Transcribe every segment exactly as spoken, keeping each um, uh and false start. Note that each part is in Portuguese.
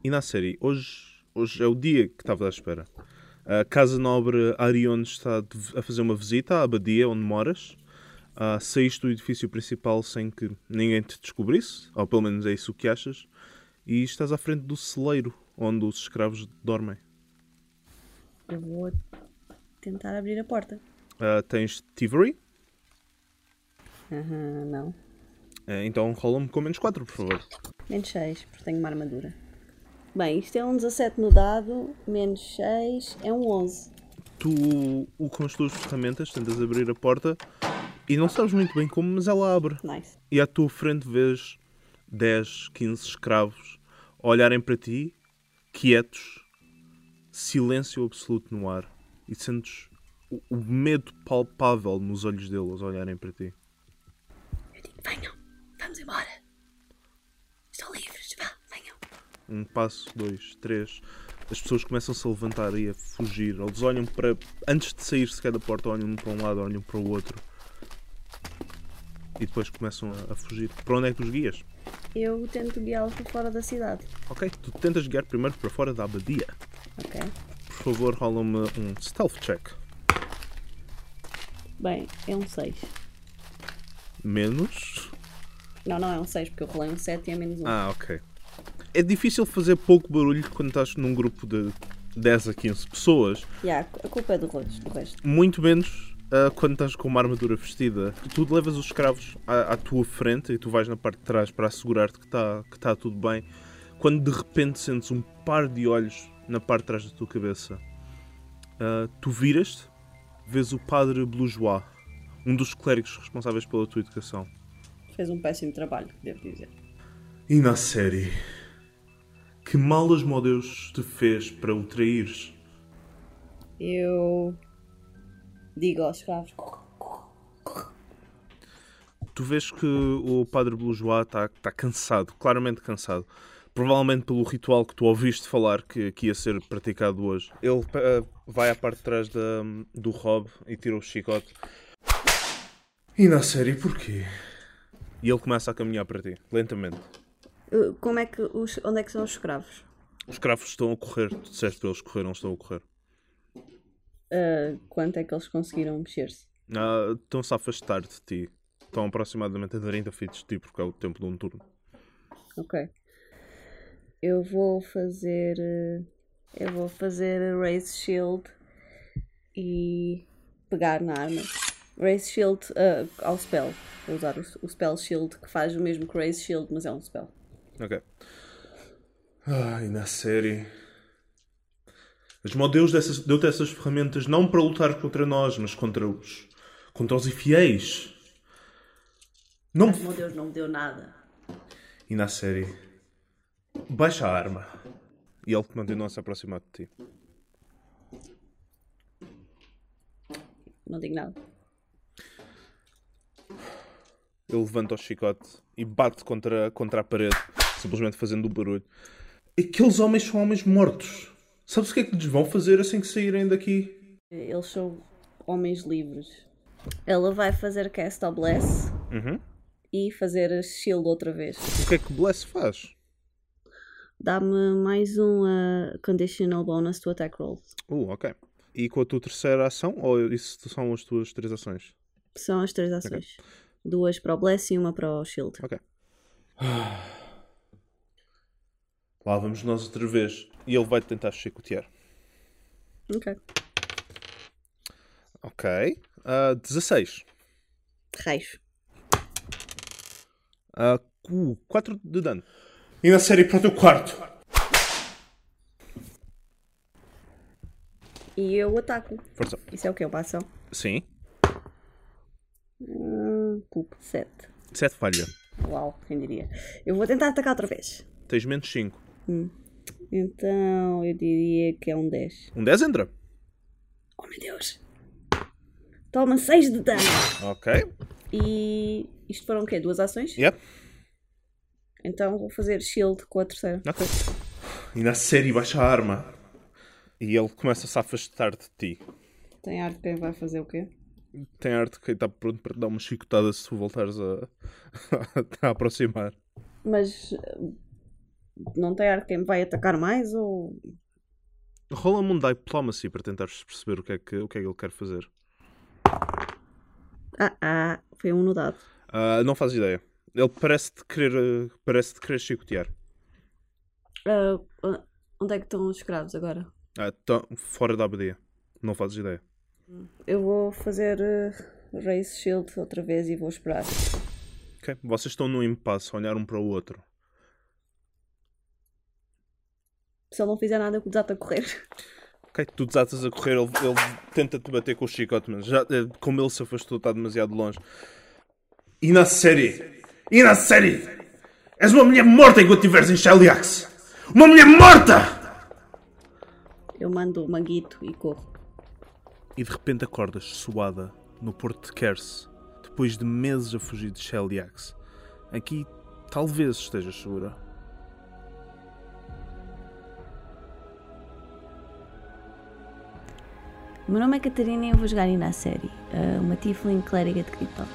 E na série, hoje, hoje é o dia que estava à espera. A Casa Nobre Arion está a fazer uma visita à abadia onde moras. Uh, saíste do edifício principal sem que ninguém te descobrisse, ou pelo menos é isso que achas, e estás à frente do celeiro onde os escravos dormem. Eu vou tentar abrir a porta. Uh, tens Thievery? Aham, não. Uh, então rola-me com menos quatro, por favor. Menos seis, porque tenho uma armadura. Bem, isto é um dezassete no dado, menos seis é um onze. Tu, o, com as tuas ferramentas, tentas abrir a porta e não sabes muito bem como, mas ela abre. Nice. E à tua frente vês dez, quinze escravos olharem para ti, quietos, silêncio absoluto no ar. E sentes o, o medo palpável nos olhos deles olharem para ti. Eu digo, venham, vamos embora. Estão livres, vá, venham. Um passo, dois, três. As pessoas começam-se a levantar e a fugir. Eles olham para... Antes de sair sequer da porta, olham para um lado, olham para o outro. E depois começam a, a fugir. Para onde é que tu os guias? Eu tento guiá-los para fora da cidade. Ok, tu tentas guiar primeiro para fora da abadia. Ok. Por favor, rola-me um stealth check. Bem, é um seis. Menos... Não, não é um seis, porque eu rolei um sete e é menos um. Ah, ok. É difícil fazer pouco barulho quando estás num grupo de dez a quinze pessoas. Yeah, a culpa é do resto. Do resto. Muito menos uh, quando estás com uma armadura vestida. Tu levas os escravos à, à tua frente e tu vais na parte de trás para assegurar-te que está que tá tudo bem. Quando de repente sentes um par de olhos na parte de trás da tua cabeça, uh, tu viras-te, vês o padre Blujois, um dos clérigos responsáveis pela tua educação. Fez um péssimo trabalho, devo dizer. E na série, que malas, meu Deus, te fez para o traíres? Eu digo aos escravos. Tu vês que o padre Blujois está tá cansado, claramente cansado. Provavelmente pelo ritual que tu ouviste falar que, que ia ser praticado hoje. Ele uh, vai à parte de trás da, do Rob e tira o chicote. E na série, porquê? E ele começa a caminhar para ti, lentamente. Uh, Como é que os, onde é que são os escravos? Os escravos estão a correr. Tu disseste para eles correr, não estão a correr. Uh, quanto é que eles conseguiram mexer-se? Uh, estão-se a afastar de ti. Estão aproximadamente a trinta feet de ti, porque é o tempo de um turno. Ok. Eu vou fazer. uh, Eu vou fazer Raise Shield e pegar na arma. Raise Shield uh, ao spell. Vou usar o, o spell Shield que faz o mesmo que Raise Shield, mas é um spell. Ok. Ai, na série. Mas, meu Deus, dessas, deu-te essas ferramentas não para lutar contra nós, mas contra os, contra os infiéis. Não... Mas, meu Deus, não me deu nada. E na série, baixa a arma. E ele continua a se aproximar de ti. Não digo nada. Ele levanta o chicote e bate contra, contra a parede, simplesmente fazendo o barulho. Aqueles homens são homens mortos. Sabes o que é que lhes vão fazer assim que saírem daqui? Eles são homens livres. Ela vai fazer Cast of Bless Uhum. e fazer Shield outra vez. O que é que o Bless faz? Dá-me mais um uh, conditional bonus to attack rolls. Uh, ok. E com a tua terceira ação, ou isso são as tuas três ações? São as três ações. Okay. Duas para o Bless e uma para o Shield. Ok. Lá vamos nós outra vez. E ele vai tentar chicotear. Ok. Ok. Uh, dezasseis. Raios. Uh, quatro de dano. E na série para o teu quarto. E eu ataco. Força. Isso é o que? Uma ação? Sim. Hum, culpa. sete. sete falha. Uau, quem diria. Eu vou tentar atacar outra vez. Tens menos cinco. Hum. Então, eu diria que é um dez. Um dez entra. Oh, meu Deus. Toma seis de dano. Ok. E isto foram o quê? Duas ações? Yep. Então vou fazer shield com a terceira. Ok. E na série baixa a arma. E ele começa-se a afastar de ti. Tem ar de quem vai fazer o quê? Tem arte que está pronto para te dar uma chicotada se tu voltares a, a aproximar. Mas não tem ar quem me vai atacar mais ou... Rola-me um diplomacy para tentares perceber o que, é que, o que é que ele quer fazer. Ah, ah, foi um no dado. Uh, não fazes ideia. Ele parece-te querer, uh, parece-te querer chicotear. Uh, onde é que estão os escravos agora? Ah, tá fora da abadia. Não fazes ideia. Eu vou fazer uh, Race Shield outra vez e vou esperar. Ok. Vocês estão num impasse, a olhar um para o outro. Se ele não fizer nada, eu desato a correr. Ok, tu desatas a correr, ele, ele tenta-te bater com o chicote, mas já, como ele se afastou, está demasiado longe. E na série? E na série? És uma mulher morta enquanto estiveres em Sheliax! Uma mulher morta! Eu mando o manguito e corro. E de repente acordas suada no porto de Kers, depois de meses a fugir de Sheliax. Aqui talvez estejas segura. O meu nome é Catarina e eu vou jogar ainda a série. Uh, uma Tiefling clériga de Cryptox.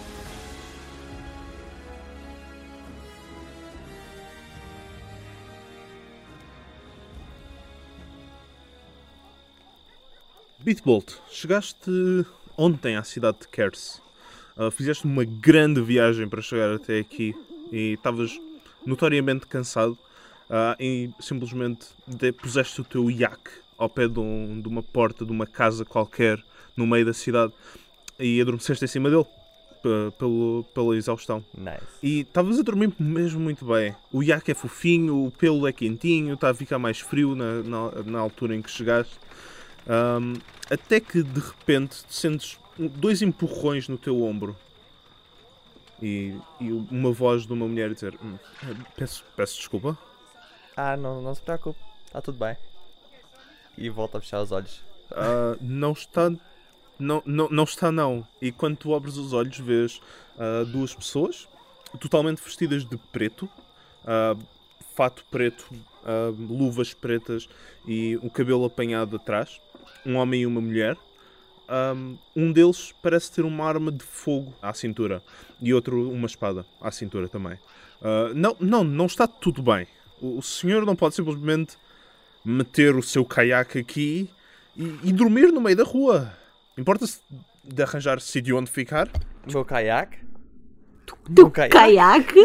Beatbolt, chegaste ontem à cidade de Kers. Uh, fizeste uma grande viagem para chegar até aqui e estavas notoriamente cansado uh, e simplesmente de, puseste o teu iaque ao pé de, um, de uma porta de uma casa qualquer no meio da cidade e adormeceste em cima dele p- pelo, pela exaustão. Nice. E estavas a dormir mesmo muito bem. O iaque é fofinho, o pelo é quentinho, está a ficar mais frio na, na, na altura em que chegaste. Um, até que de repente sentes dois empurrões no teu ombro e, e uma voz de uma mulher dizer hum, peço, peço desculpa. Ah, não, não se preocupe. Está tudo bem. E volta a fechar os olhos. Uh, não está não, não, não está não. E quando tu abres os olhos vês uh, duas pessoas totalmente vestidas de preto, uh, fato preto, uh, luvas pretas e o cabelo apanhado atrás. Um homem e uma mulher. Um deles parece ter uma arma de fogo à cintura e outro uma espada à cintura também. Uh, não, não, não está tudo bem. O, o senhor não pode simplesmente meter o seu caiaque aqui e, e dormir no meio da rua. Importa-se de arranjar sítio onde ficar? O meu caiaque? Do caiaque?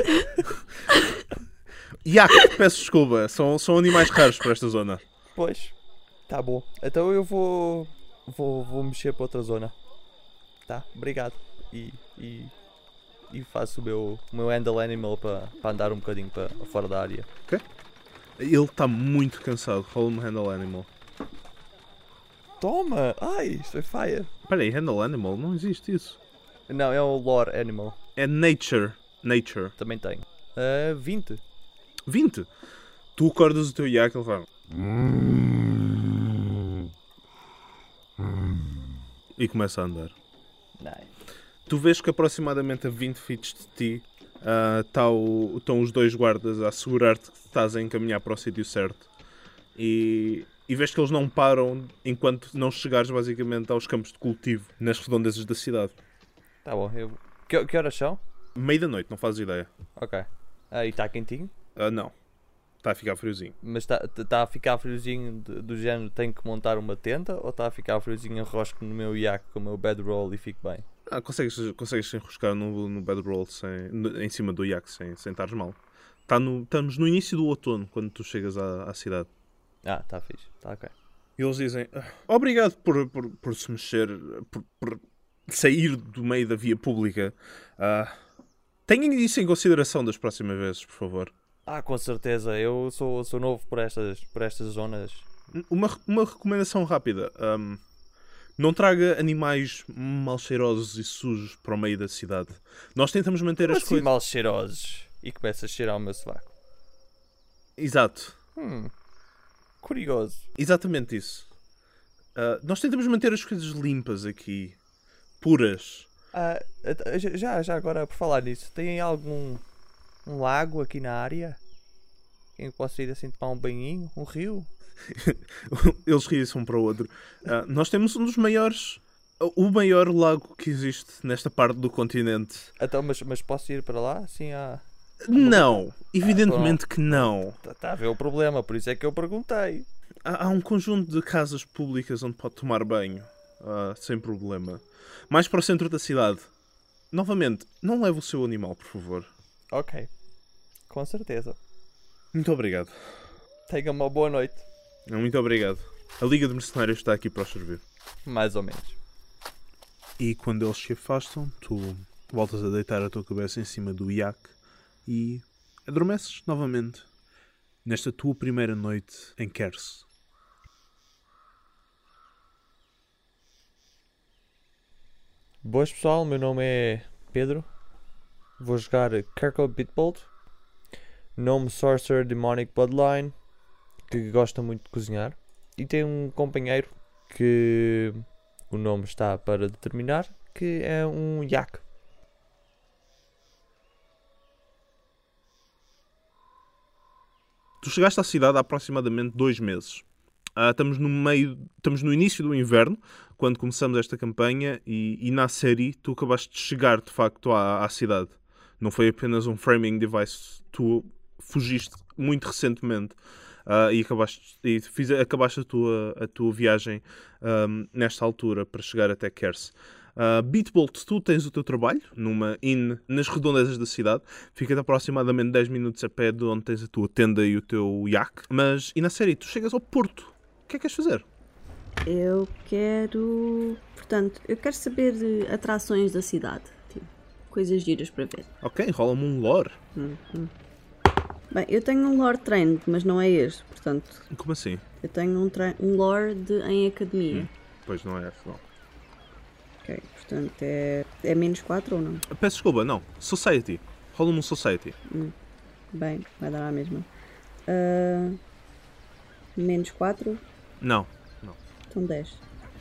Iaque, peço desculpa. São, são animais raros para esta zona. Pois. Tá bom. Então eu vou... Vou, vou mexer para outra zona. Tá? Obrigado. E... E, e faço o meu, o meu handle animal para, para andar um bocadinho para fora da área. Ok. Ele está muito cansado. Roll-me handle animal. Toma! Ai, isto é fire. Espera aí, handle animal? Não existe isso. Não, é o lore animal. É nature. Nature. Também tenho. Uh, vinte. vinte. Tu acordas o teu iaque e ele vai... E começa a andar. Nice. Tu vês que aproximadamente a vinte feet de ti uh, tá o, estão os dois guardas a assegurar-te que estás a encaminhar para o sítio certo. E, e vês que eles não param enquanto não chegares basicamente aos campos de cultivo, nas redondezas da cidade. Tá bom. Eu... Que, que horas são? Meio da noite, não fazes ideia. Ok. Ah, e está quentinho? Uh, não. Está a ficar friozinho. Mas está tá a ficar friozinho de, do género tenho que montar uma tenta ou está a ficar friozinho enrosco no meu iaque com o meu bedroll e fico bem? Ah, consegues, consegues se enroscar no, no bedroll sem, no, em cima do iaque sem, sem estares mal. Tá no, estamos no início do outono quando tu chegas à, à cidade. Ah, está fixe. Está ok. E eles dizem, ah, obrigado por, por, por se mexer, por, por sair do meio da via pública. Ah, tenham isso em consideração das próximas vezes, por favor. Ah, com certeza. Eu sou, sou novo por estas, por estas zonas. Uma, uma recomendação rápida. Um, não traga animais mal cheirosos e sujos para o meio da cidade. Nós tentamos manter Como as assim coisas... mal cheirosos? E começa a cheirar o meu sovaco. Exato. Hum. Curioso. Exatamente isso. Uh, nós tentamos manter as coisas limpas aqui. Puras. Ah, já, já agora, por falar nisso, tem algum... Um lago aqui na área? Em que posso ir assim tomar um banhinho? Um rio? Eles riem-se um para o outro. Uh, nós temos um dos maiores... O maior lago que existe nesta parte do continente. Então, mas, mas posso ir para lá? Assim, à, Não, evidentemente que não. Está tá a ver o problema, por isso é que eu perguntei. Há, há um conjunto de casas públicas onde pode tomar banho, ah, sem problema. Mais para o centro da cidade. Novamente, não leve o seu animal, por favor. Ok, com certeza. Muito obrigado. Tenha uma boa noite. Muito obrigado. A Liga de Mercenários está aqui para os servir. Mais ou menos. E quando eles se afastam, tu voltas a deitar a tua cabeça em cima do iaque e adormeces novamente nesta tua primeira noite em Kers. Boas pessoal, meu nome é Pedro. Vou jogar Kirko Bitbolt. Nome Sorcerer Demonic Bloodline, que gosta muito de cozinhar. E tem um companheiro que o nome está para determinar, que é um yak. Tu chegaste à cidade há aproximadamente dois meses. Ah, estamos no meio, estamos no início do inverno, quando começamos esta campanha, e, e na série tu acabaste de chegar de facto à, à cidade. Não foi apenas um framing device. Tu fugiste muito recentemente uh, e, acabaste, e fiz, acabaste a tua, a tua viagem um, nesta altura para chegar até Kers. Uh, Bitbolt, tu tens o teu trabalho numa inn nas redondezas da cidade. Fica aproximadamente dez minutos a pé de onde tens a tua tenda e o teu iaque. Mas, e na série, tu chegas ao Porto. O que é que queres fazer? Eu quero... Portanto, eu quero saber de atrações da cidade. Tipo, coisas giras para ver. Ok, rola-me um lore. Hum, hum. Bem, eu tenho um lore trained, mas não é este. Portanto, Como assim? eu tenho um, tra- um lore de, em academia. Hum. Pois não é esse, não. Ok, portanto é, é menos quatro ou não? Peço desculpa, não. Society. Rola-me um Society. Hum. Bem, vai dar a mesma. Uh, menos quatro, Não. então dez.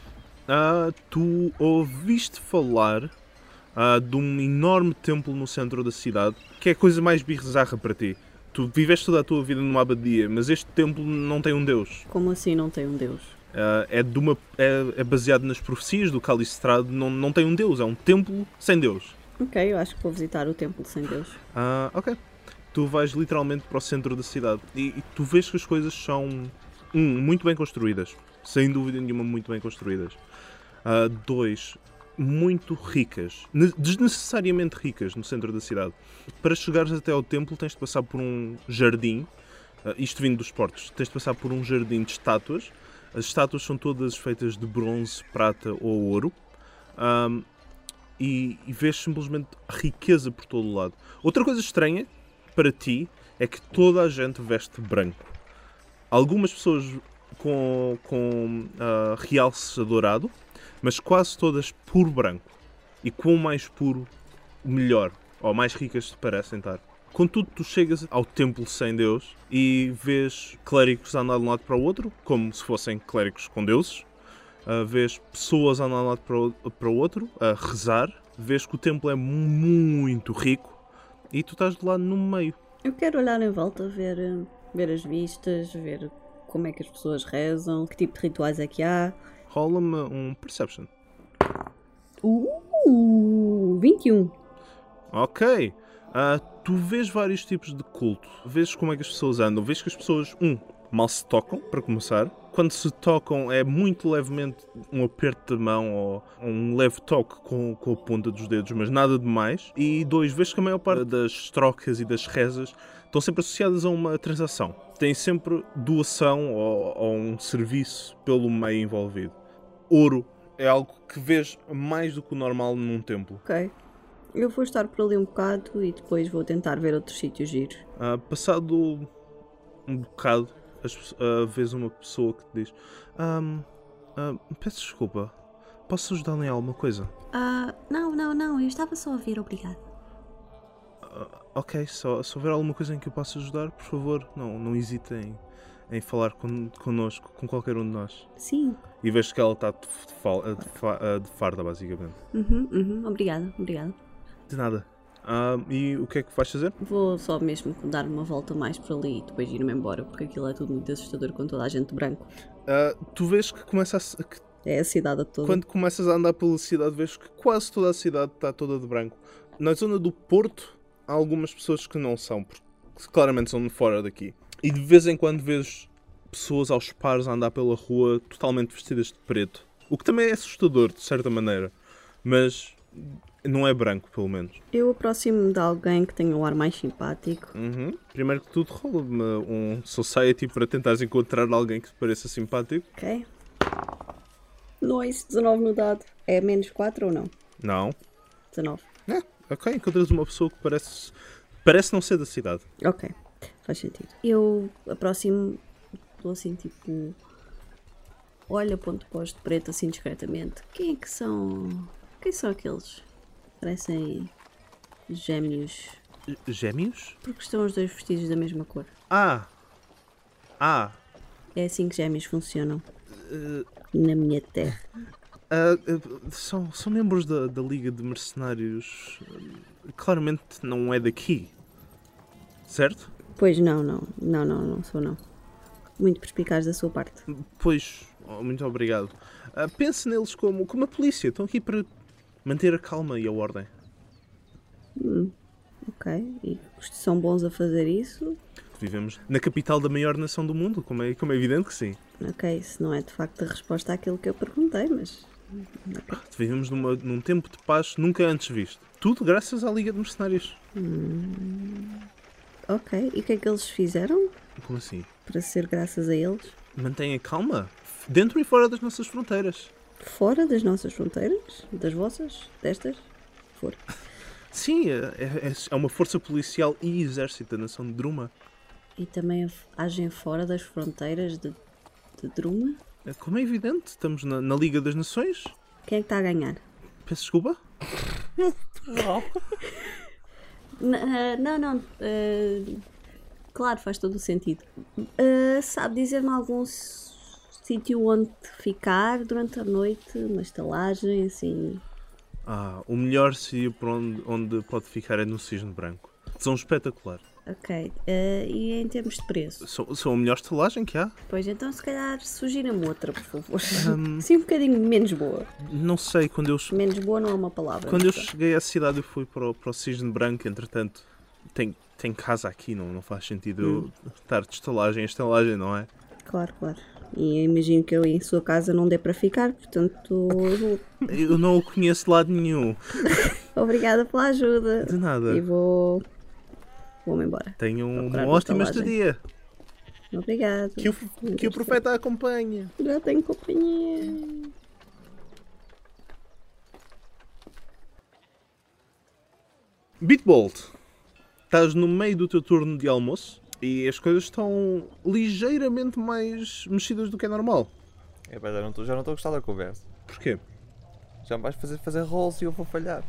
Ah, tu ouviste falar ah, de um enorme templo no centro da cidade, que é a coisa mais bizarra para ti. Tu viveste toda a tua vida numa abadia, mas este templo não tem um deus. Como assim não tem um deus? Ah, é, de uma, é, é baseado nas profecias do Calistrado, não, não tem um deus, é um templo sem deus. Ok, eu acho que vou visitar o templo sem deus. Ah, ok. Tu vais literalmente para o centro da cidade e, e tu vês que as coisas são, um, muito bem construídas. Sem dúvida nenhuma, muito bem construídas. Uh, dois, muito ricas. Ne- desnecessariamente ricas no centro da cidade. Para chegares até ao templo tens de passar por um jardim. Uh, isto vindo dos portos. Tens de passar por um jardim de estátuas. As estátuas são todas feitas de bronze, prata ou ouro. Um, e, e vês simplesmente riqueza por todo o lado. Outra coisa estranha para ti é que toda a gente veste branco. Algumas pessoas com, com uh, realce dourado, mas quase todas puro branco. E quanto mais puro, melhor. Ou mais ricas te parecem estar. Contudo, tu chegas ao templo sem Deus e vês clérigos a andar de um lado para o outro, como se fossem clérigos com deuses. Uh, vês pessoas a andar de um lado para o, para o outro, a rezar. Vês que o templo é muito rico e tu estás de lá no meio. Eu quero olhar em volta, ver, eh, ver as vistas, ver como é que as pessoas rezam, que tipo de rituais é que há. Rola-me um Perception. Uh, vinte e um. Ok. Uh, tu vês vários tipos de culto. Vês como é que as pessoas andam. Vês que as pessoas, um, mal se tocam, para começar. Quando se tocam é muito levemente um aperto de mão ou um leve toque com, com a ponta dos dedos, mas nada de mais. E dois, vês que a maior parte das trocas e das rezas estão sempre associadas a uma transação. Tem sempre doação ou, ou um serviço pelo meio envolvido. Ouro é algo que vês mais do que o normal num templo. Ok. Eu vou estar por ali um bocado e depois vou tentar ver outros sítios giros. Uh, passado um bocado, as, uh, vês uma pessoa que te diz: um, uh, peço desculpa, posso ajudar em alguma coisa? Ah, não, não, não, eu estava só a ver, obrigado. Uh, ok, só, se houver alguma coisa em que eu possa ajudar, por favor, não, não hesitem em, em falar con, connosco, com qualquer um de nós. Sim. E vejo que ela está de, de, de, de farda, basicamente. Uhum, uhum, obrigada, obrigada. De nada. Uh, e o que é que vais fazer? Vou só mesmo dar uma volta mais por ali e depois ir-me embora, porque aquilo é tudo muito assustador com toda a gente de branco. Uh, tu vês que começa a... Que É a cidade toda. quando começas a andar pela cidade, vês que quase toda a cidade está toda de branco. Na zona do Porto, há algumas pessoas que não são, porque claramente são de fora daqui. E de vez em quando vês pessoas aos pares a andar pela rua totalmente vestidas de preto. O que também é assustador, de certa maneira. Mas não é branco, pelo menos. Eu aproximo-me de alguém que tenha um ar mais simpático. Uhum. Primeiro que tudo, rola-me um society para tentares encontrar alguém que te pareça simpático. Ok. Noise, dezanove no dado. É menos quatro ou não? Não. dezanove. É, ok. Encontras uma pessoa que parece, parece não ser da cidade. Ok, faz sentido. Eu aproximo, estou assim tipo... Olho, aponto para os de preto assim discretamente. Quem é que são... Quem são aqueles? Parecem gêmeos. Gêmeos? Porque estão os dois vestidos da mesma cor. Ah! Ah! É assim que gêmeos funcionam. Uh, Na minha terra. uh, uh, são, são membros da, da Liga de Mercenários. Uh, claramente não é daqui. Certo? Pois não, não. Não, não, não sou não. Muito perspicaz da sua parte. Pois, oh, muito obrigado. Uh, pense neles como, como a polícia. Estão aqui para manter a calma e a ordem. Hum, ok. E são bons a fazer isso? Vivemos na capital da maior nação do mundo, como é, como é evidente que sim. Ok, isso não é de facto a resposta àquilo que eu perguntei, mas... Okay. Vivemos numa, num tempo de paz nunca antes visto. Tudo graças à Liga de Mercenários. Hum, ok, e o que é que eles fizeram? Como assim? Para ser graças a eles? Mantenha calma. Dentro e fora das nossas fronteiras. Fora das nossas fronteiras? Das vossas? Destas? Fora. Sim, é, é, é uma força policial e exército da nação de Druma. E também agem fora das fronteiras de, de Druma? Como é evidente, estamos na, na Liga das Nações. Quem é que está a ganhar? Peço desculpa? Não. N- não, não. Uh, claro, faz todo o sentido. Uh, sabe dizer-me algum s- sítio onde ficar durante a noite? Uma estalagem, assim... Ah, o melhor sítio por onde, onde pode ficar é no Cisne Branco. São espetacular. Ok. Uh, e em termos de preço? São, são a melhor estalagem que há. Pois então, se calhar, sugira-me outra, por favor. Um, Sim, um bocadinho menos boa. Não sei, quando eu, Menos boa não é uma palavra. quando eu portanto. cheguei à cidade eu fui para o, para o Cisne Branco, entretanto tem, tem casa aqui, não, não faz sentido Hum. eu estar de estalagem em estalagem, não é? Claro, claro. E eu imagino que eu em sua casa não dê para ficar, portanto... eu vou- Eu não o conheço de lado nenhum. Obrigada pela ajuda. De nada. E vou... Vou-me embora. Tenham procurar uma uma ótima estalagem. estadia. Obrigada. Que o, que o profeta acompanhe. Já tenho companhia. Bitbolt, estás no meio do teu turno de almoço e as coisas estão ligeiramente mais mexidas do que é normal. É, pá, já não estou já não estou a gostar da conversa. Porquê? Já me vais fazer fazer rolls e eu vou falhar.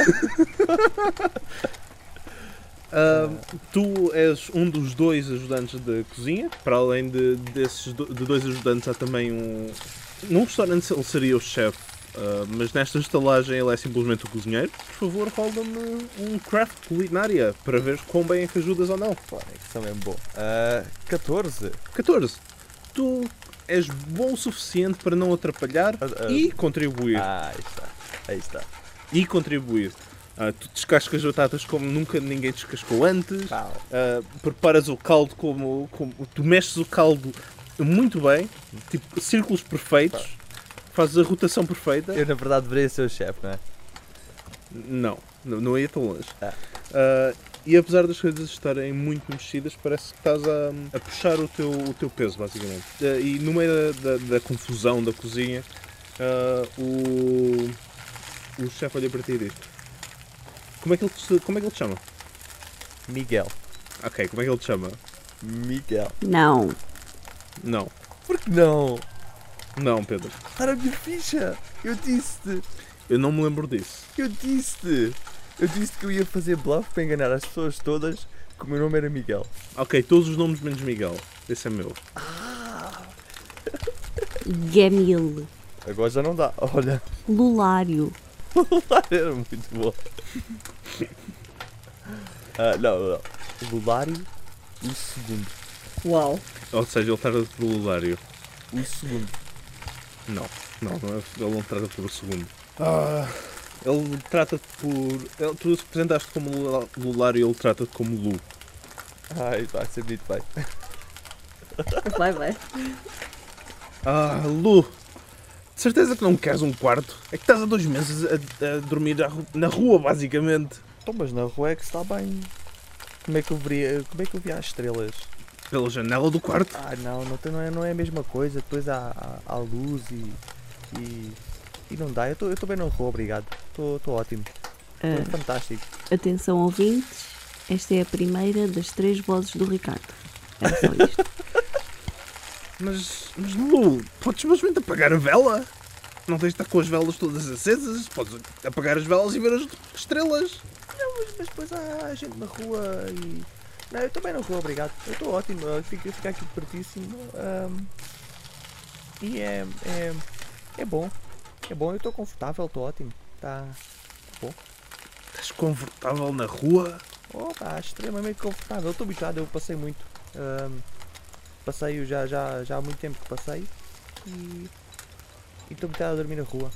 Uh, tu és um dos dois ajudantes da cozinha. Para além de, desses do, de dois ajudantes, há também um... Num restaurante ele seria o chefe, uh, mas nesta estalagem ele é simplesmente o cozinheiro. Por favor, rola-me um craft culinária para ver quão bem é que ajudas ou não. Pô, é que também é bom. Uh, catorze. catorze. Tu és bom o suficiente para não atrapalhar Ah, ah. e contribuir. Ah, aí está. Aí está. E contribuir. Ah, tu descascas batatas como nunca ninguém descascou antes. Pau. Ah, preparas o caldo como, como... Tu mexes o caldo muito bem. Tipo, círculos perfeitos. Fazes a rotação perfeita. Eu na verdade deveria ser o chefe, não é? Não, não, não ia tão longe. Ah. Ah, e apesar das coisas estarem muito mexidas, parece que estás a, a puxar o teu, o teu peso, basicamente. Ah, e no meio da, da, da confusão da cozinha, ah, o, o chefe olha para ti e diz: Como é que ele te, como é que ele te chama? Miguel. Ok, como é que ele te chama? Miguel. Não. Não, Por que não? não, Pedro. Está na minha ficha. Eu disse-te. Eu não me lembro disso. Eu disse-te. Eu disse que eu ia fazer bluff para enganar as pessoas todas que o meu nome era Miguel. Ok, todos os nomes menos Miguel. Esse é meu. Gamil. Agora já não dá. Olha. Lulário. Era muito bom. Ah, não, não. Lulário, o segundo. Uau. Ou seja, ele trata-te por Lulário. O segundo. Não, não, não é, ele não trata por o segundo. Ah, Ele trata-te por... Ele, tu apresentaste como Lular e ele trata-te como Lu. Ai, vai ser muito bem. Vai, vai. Ah, Lu, de certeza que não queres um quarto? É que estás há dois meses a, a dormir na rua, basicamente. Então, mas na rua é que está bem. Como é que eu veria, como é que eu via as estrelas? Pela janela do quarto. Ah, não, não, tem- não, é, não é a mesma coisa. Depois há, há, há luz e, e. e não dá. Eu estou bem na rua, obrigado. Estou ótimo. Estou Ah, fantástico. atenção, ouvintes. Esta é a primeira das três vozes do Ricardo. É só isto. Mas, mas Lu, podes simplesmente apagar a vela? Não tens de estar com as velas todas acesas? Podes apagar as velas e ver as estrelas. Mas, mas depois há gente na rua e. Não, eu estou bem na rua, obrigado. Eu estou ótimo. Eu fico, eu fico aqui pertíssimo. ahm, e é, é. É bom. É bom, eu estou confortável, estou ótimo. Está. Estás confortável na rua? Oh, tá extremamente confortável. Eu estou habituado, eu passei muito. Ahm, passeio já, já, já há muito tempo que passei e e estou habituado a dormir na rua.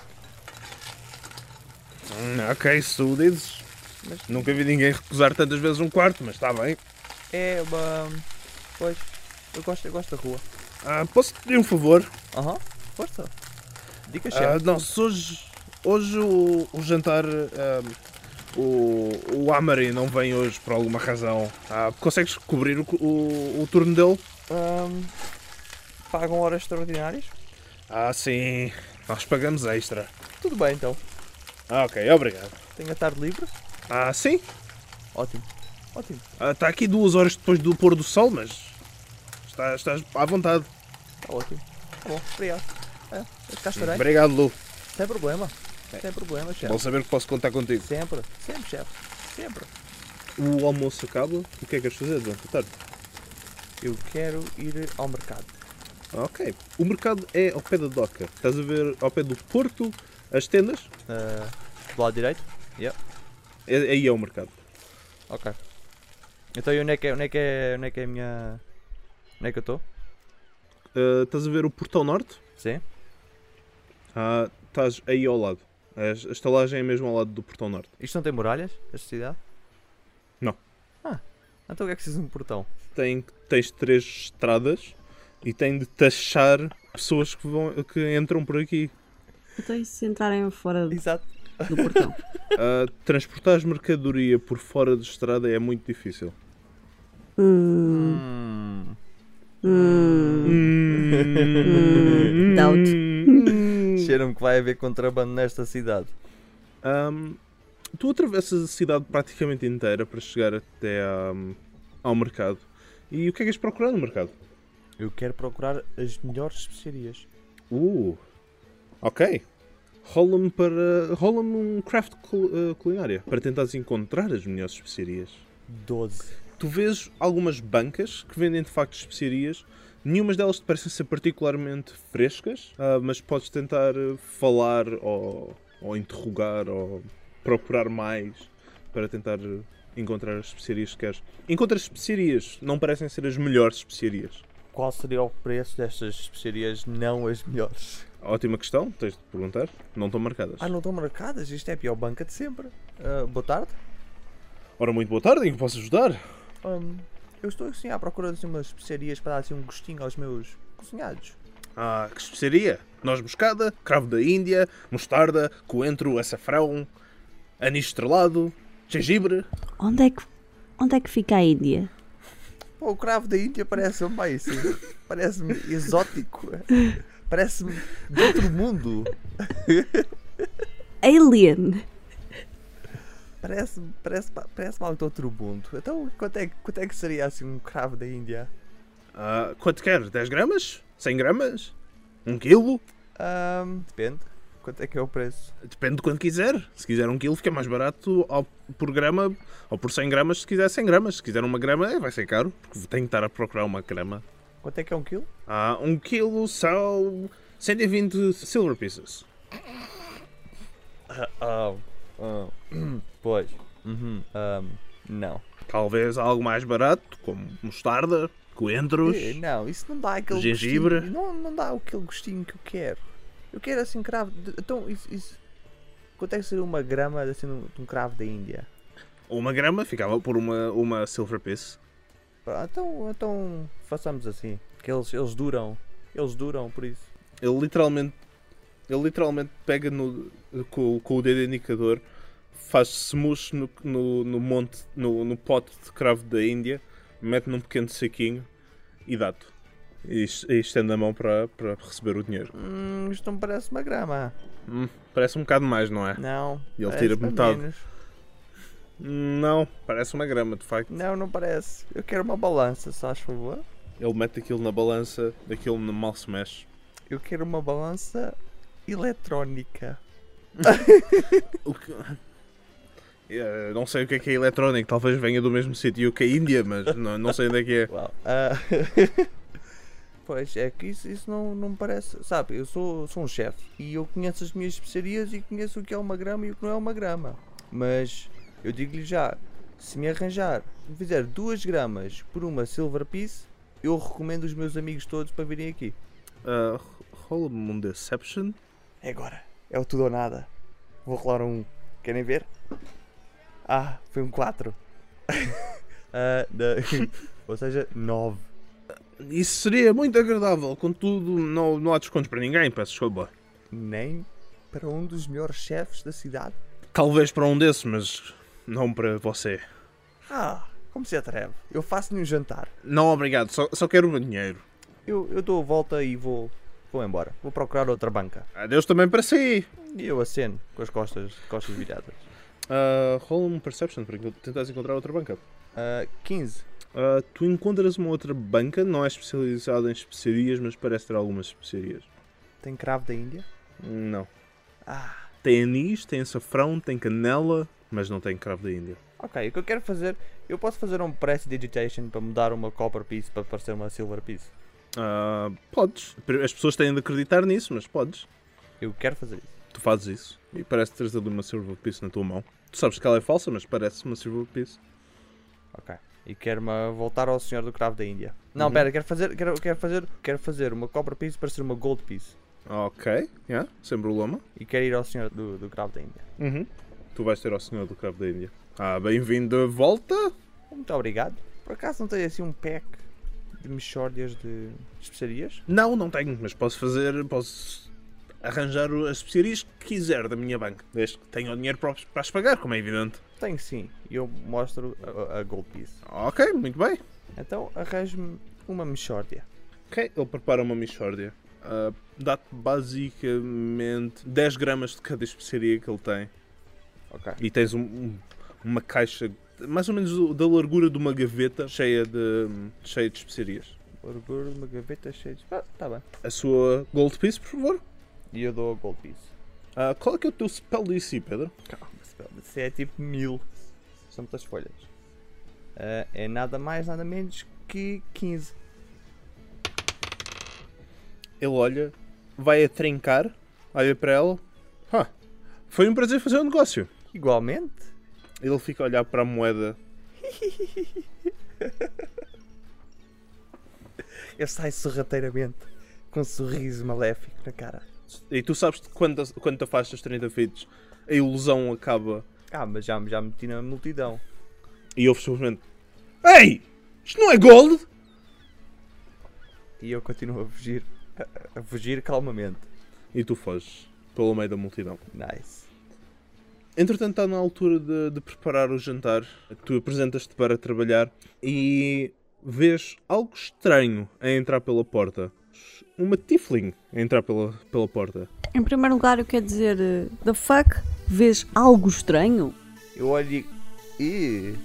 Hum, ok, se tu dizes. Mas Nunca vi ninguém recusar tantas vezes um quarto, mas está bem. é uma. Pois, eu gosto, eu gosto da rua. Ah, posso te pedir um favor? Aham, força. Diga, Ah, chefe. não, se hoje, hoje o, o jantar, ah, o, o Amari não vem hoje por alguma razão, ah, consegues cobrir o, o, o turno dele? Ahm, pagam horas extraordinárias? Ah, sim, nós pagamos extra. Tudo bem então. Ah, ok, obrigado. Tenho a tarde livre? Ah, sim, Ótimo. Ótimo. está aqui duas horas depois do pôr do sol, mas estás, estás à vontade. Está ótimo. Tá bom, obrigado. É, cá estarei. Obrigado, Lu. Sem problema. Sem problema, chefe. Bom saber que posso contar contigo. Sempre. Sempre, chefe. Sempre. O almoço acaba, o que é que queres fazer durante a tarde? Eu quero ir ao mercado. Ok. O mercado é ao pé da doca. Estás a ver ao pé do porto, as tendas? Ah, do lado direito? É, aí é o mercado. Ok. Então e onde é que é, onde é, que é, onde é, que é a minha... Onde é que eu estou? Ah, estás a ver o portão norte? Sim. Ah, estás aí ao lado. A a estalagem é mesmo ao lado do portão norte. Isto não tem muralhas? Esta cidade? Não. Ah, então o que é que precisa de um portão? Tem, tens três estradas e tem de taxar pessoas que, vão, que entram por aqui. Então, e se entrarem fora Exato. do portão? Ah, transportar mercadoria por fora de estrada é muito difícil. Hum, Hum. hum, doubt. Cheira-me que vai haver contrabando nesta cidade. Ahm, tu atravessas a cidade praticamente inteira para chegar até ahm, ao mercado. E o que é que és procurar no mercado? Eu quero procurar as melhores especiarias. Uh, ok. Rola-me para. Rola-me um craft cul- uh, culinária para tentares encontrar as melhores especiarias. doze. Tu vês algumas bancas que vendem de facto especiarias. Nenhumas delas te parecem ser particularmente frescas, ah, mas podes tentar eh, falar ou, ou interrogar ou procurar mais para tentar eh, encontrar as especiarias que queres. Encontras especiarias, não parecem ser as melhores especiarias. Qual seria o preço destas especiarias não as melhores? Ótima questão, tens de perguntar. Não estão marcadas. Ah, não estão marcadas? Isto é a pior banca de sempre. Ah, boa tarde. Ora, muito boa tarde, em que posso ajudar? Hum, eu estou assim à procura de umas especiarias para dar assim um gostinho aos meus cozinhados. Ah, que especiaria? Noz moscada, cravo da Índia, mostarda, coentro, açafrão, anis estrelado, gengibre. Onde é que, onde é que fica a Índia? Pô, o cravo da Índia parece-me bem assim. Parece-me exótico. Parece-me de outro mundo. Alien! Parece-me parece, parece algo de outro mundo. Então, quanto é, que- quanto é que seria assim um cravo da Índia? Ah, quanto queres? dez gramas? cem gramas? um quilo? Ahm, depende. Quanto é que é o preço? Depende de quanto quiser. Se quiser um quilo fica mais barato ao- por grama ou por cem gramas se quiser cem gramas. Se quiser uma grama é, vai ser caro, porque tenho que estar a procurar uma grama. Quanto é que é um quilo? Ah, um quilo são cento e vinte silver pieces. Ah, ah, ah, pois. Uhum, ahm, não. Talvez algo mais barato, como mostarda, coentros. Eh, Não, isso não dá aquele Gengibre. gostinho. Não, não dá aquele gostinho que eu quero. Eu quero assim cravo. de- Então, isso, isso- quanto é que seria uma grama assim, de um cravo da Índia? Uma grama ficava por uma, uma silver piece. Ah, então, então façamos assim. Que eles, eles duram. Eles duram, por isso. Ele literalmente, ele literalmente pega no, com, com o dedo indicador, faz smush no, no, no monte, no, no pote de cravo da Índia, mete num pequeno saquinho e dá-te. E, e estende a mão para, para receber o dinheiro. Hum, isto não parece uma grama. Hum, parece um bocado mais, não é? Não. E ele parece tira metade. menos. Não, parece uma grama, de facto. Não, não parece. Eu quero uma balança, se faz favor. Ele mete aquilo na balança, aquilo mal se mexe. Eu quero uma balança eletrónica. O que... Eu não sei o que é que é eletrónico, talvez venha do mesmo sítio que a Índia, mas não, não sei onde é que é. Uau. Ah, pois, é que isso, isso não, não me parece... Sabe, eu sou, sou um chefe e eu conheço as minhas especiarias e conheço o que é uma grama e o que não é uma grama. Mas eu digo-lhe já, se me arranjar, me fizer duas gramas por uma silver piece, eu recomendo os meus amigos todos para virem aqui. Uh, Rola-me um Deception. É agora, é o tudo ou nada. Vou rolar um... Querem ver? Ah, foi um quatro. Ah, da- ou seja, nove. Isso seria muito agradável, contudo não, não há descontos para ninguém, peço desculpa. Nem para um dos melhores chefes da cidade. Talvez para um desses, mas não para você. Ah, como se atreve? Eu faço-lhe um jantar. Não, obrigado, só, só quero o meu dinheiro. Eu, eu dou a volta e vou, vou embora. Vou procurar outra banca. Adeus também para si. E eu aceno com as costas, costas viradas. Uh, Rola-me um Perception para tentares encontrar outra banca. Ah, quinze. Uh, tu encontras uma outra banca, não é especializada em especiarias, mas parece ter algumas especiarias. Tem cravo da Índia? Não. Ah, Tem anis, tem açafrão, tem canela, mas não tem cravo da Índia. ok. O que eu quero fazer... Eu posso fazer um prestidigitation para mudar uma copper piece para parecer uma silver piece. Uh, podes. As pessoas têm de acreditar nisso, mas podes. Eu quero fazer isso. Tu fazes isso e parece teres ali uma silver piece na tua mão. Tu sabes que ela é falsa, mas parece uma silver piece. Ok. E quero-me voltar ao senhor do cravo da Índia. Não, Uhum. pera, quero fazer, quero, quero fazer, quero fazer uma copper piece para ser uma gold piece. Ok, yeah, sem problema. E quero ir ao senhor do, do cravo da Índia. Uhum. Tu vais ter ao senhor do cravo da Índia. Ah, bem-vindo de volta. Muito obrigado. Por acaso não tem assim um pack de mexórdias de especiarias? Não, não tenho, mas posso fazer, posso arranjar as especiarias que quiser da minha banca. Desde que tenha o dinheiro para para as pagar, como é evidente. Tenho sim. E eu mostro a, a gold piece. Ok, muito bem. Então arranjo-me uma mexórdia. Ok, ele prepara uma mixórdia. Ah, dá-te basicamente dez gramas de cada especiaria que ele tem. Ok. E tens um- um- uma caixa, mais ou menos do- da largura de uma gaveta cheia de, cheia de especiarias. Orgulho, uma gaveta cheia de... Ah, tá bem. A sua gold piece, por favor. E eu dou a gold piece. Ah, qual é que é o teu spell D C, Pedro? Calma, spell. Isso é tipo mil. São muitas folhas. Ah, é nada mais, nada menos que quinze. Ele olha, vai a trincar, olha para ela. Ah, foi um prazer fazer o negócio. Igualmente. Ele fica a olhar para a moeda. Eu saio sorrateiramente com um sorriso maléfico na cara. E tu sabes que quando, quando te afastas trinta feet, a ilusão acaba. Ah, mas já, já me meti na multidão. E ouves simplesmente: Ei! Isto não é gold! E eu continuo a fugir. A, a fugir calmamente. E tu foges pelo meio da multidão. Nice. Entretanto, está na altura de, de preparar o jantar. Tu apresentas-te para trabalhar e vês algo estranho a entrar pela porta. Uma tiefling a entrar pela, pela porta. Em primeiro lugar, eu quero dizer, eh, the fuck? Vês algo estranho? Eu olho e... Ih,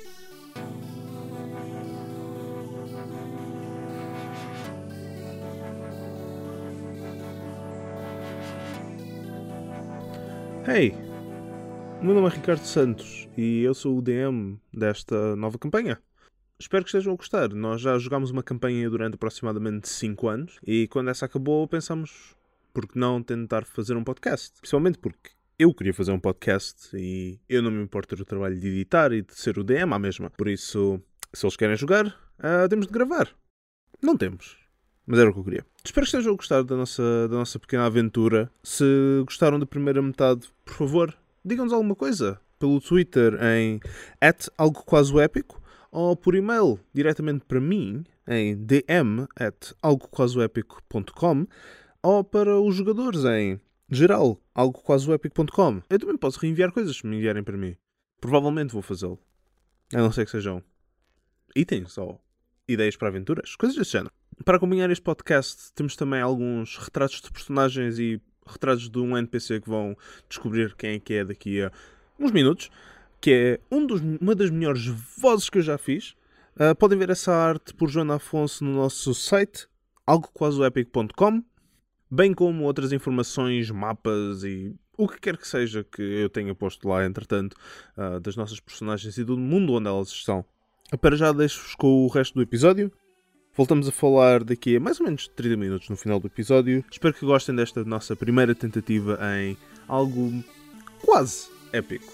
Hey! O meu nome é Ricardo Santos e eu sou o D M desta nova campanha. Espero que estejam a gostar. Nós já jogámos uma campanha durante aproximadamente cinco anos e quando essa acabou pensámos, por que não tentar fazer um podcast? Principalmente porque eu queria fazer um podcast e eu não me importo ter o trabalho de editar e de ser o D M à mesma. Por isso, se eles querem jogar, ah, temos de gravar. Não temos. Mas era o que eu queria. Espero que estejam a gostar da nossa, da nossa pequena aventura. Se gostaram da primeira metade, por favor, digam-nos alguma coisa. Pelo Twitter em at algo quase épico ou por e-mail diretamente para mim em d m at algo quase épico ponto com ou para os jogadores em geral algo quase épico ponto com. Eu também posso reenviar coisas se me enviarem para mim. Provavelmente vou fazê-lo. A não ser que sejam itens ou ideias para aventuras, coisas desse género. Para acompanhar este podcast temos também alguns retratos de personagens e retratos de um N P C que vão descobrir quem é que é daqui a uns minutos, que é um dos, uma das melhores vozes que eu já fiz. Uh, podem ver essa arte por Joana Afonso no nosso site algo quase épico ponto com, bem como outras informações, mapas e o que quer que seja que eu tenha posto lá, entretanto, uh, das nossas personagens e do mundo onde elas estão. Para já deixo-vos com o resto do episódio. Voltamos a falar daqui a mais ou menos trinta minutos no final do episódio. Espero que gostem desta nossa primeira tentativa em algo quase épico.